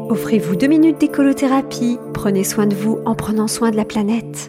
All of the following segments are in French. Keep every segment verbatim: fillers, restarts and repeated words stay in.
Offrez-vous deux minutes d'écolothérapie. Prenez soin de vous en prenant soin de la planète.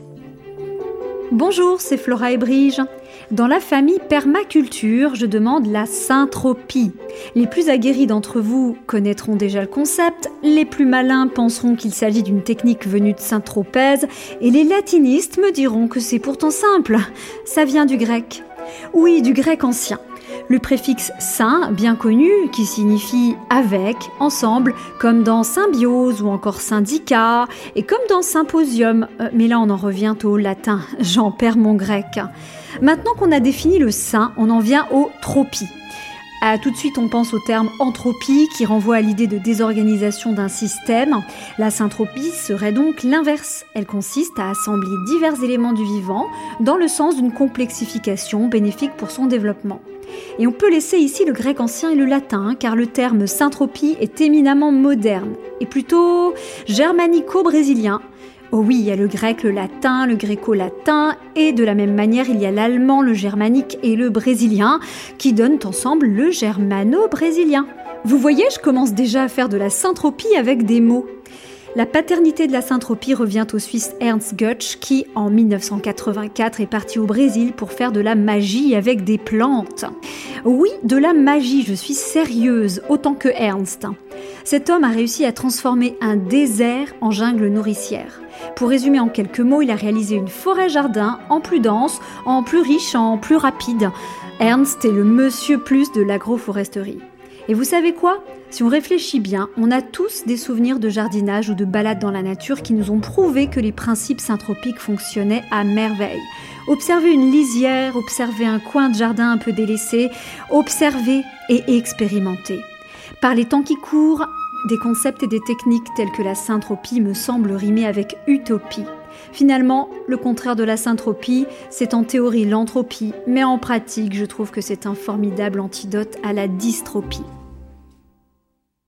Bonjour, c'est Flora et Brige. Dans la famille permaculture, je demande la syntropie. Les plus aguerris d'entre vous connaîtront déjà le concept, les plus malins penseront qu'il s'agit d'une technique venue de Saint-Tropez, et les latinistes me diront que c'est pourtant simple. Ça vient du grec. Oui, du grec ancien. Le préfixe « syn », bien connu, qui signifie « avec »,« ensemble », comme dans « symbiose » ou encore « syndicat », et comme dans « symposium », euh, mais là on en revient au latin, j'en perds mon grec. Maintenant qu'on a défini le « syn », on en vient aux « tropies ». Ah, tout de suite, on pense au terme entropie qui renvoie à l'idée de désorganisation d'un système. La syntropie serait donc l'inverse. Elle consiste à assembler divers éléments du vivant dans le sens d'une complexification bénéfique pour son développement. Et on peut laisser ici le grec ancien et le latin, car le terme syntropie est éminemment moderne et plutôt germanico-brésilien. Oh oui, il y a le grec, le latin, le gréco-latin, et de la même manière, il y a l'allemand, le germanique et le brésilien, qui donnent ensemble le germano-brésilien. Vous voyez, je commence déjà à faire de la syntropie avec des mots. La paternité de la syntropie revient au Suisse Ernst Götsch, qui, en dix-neuf cent quatre-vingt-quatre, est parti au Brésil pour faire de la magie avec des plantes. Oui, de la magie, je suis sérieuse, autant que Ernst. Cet homme a réussi à transformer un désert en jungle nourricière. Pour résumer en quelques mots, il a réalisé une forêt-jardin en plus dense, en plus riche, en plus rapide. Ernst est le monsieur plus de l'agroforesterie. Et vous savez quoi ? Si on réfléchit bien, on a tous des souvenirs de jardinage ou de balades dans la nature qui nous ont prouvé que les principes syntropiques fonctionnaient à merveille. Observer une lisière, observer un coin de jardin un peu délaissé, observer et expérimenter. Par les temps qui courent, des concepts et des techniques tels que la syntropie me semblent rimer avec utopie. Finalement, le contraire de la syntropie, c'est en théorie l'entropie, mais en pratique, je trouve que c'est un formidable antidote à la dystropie.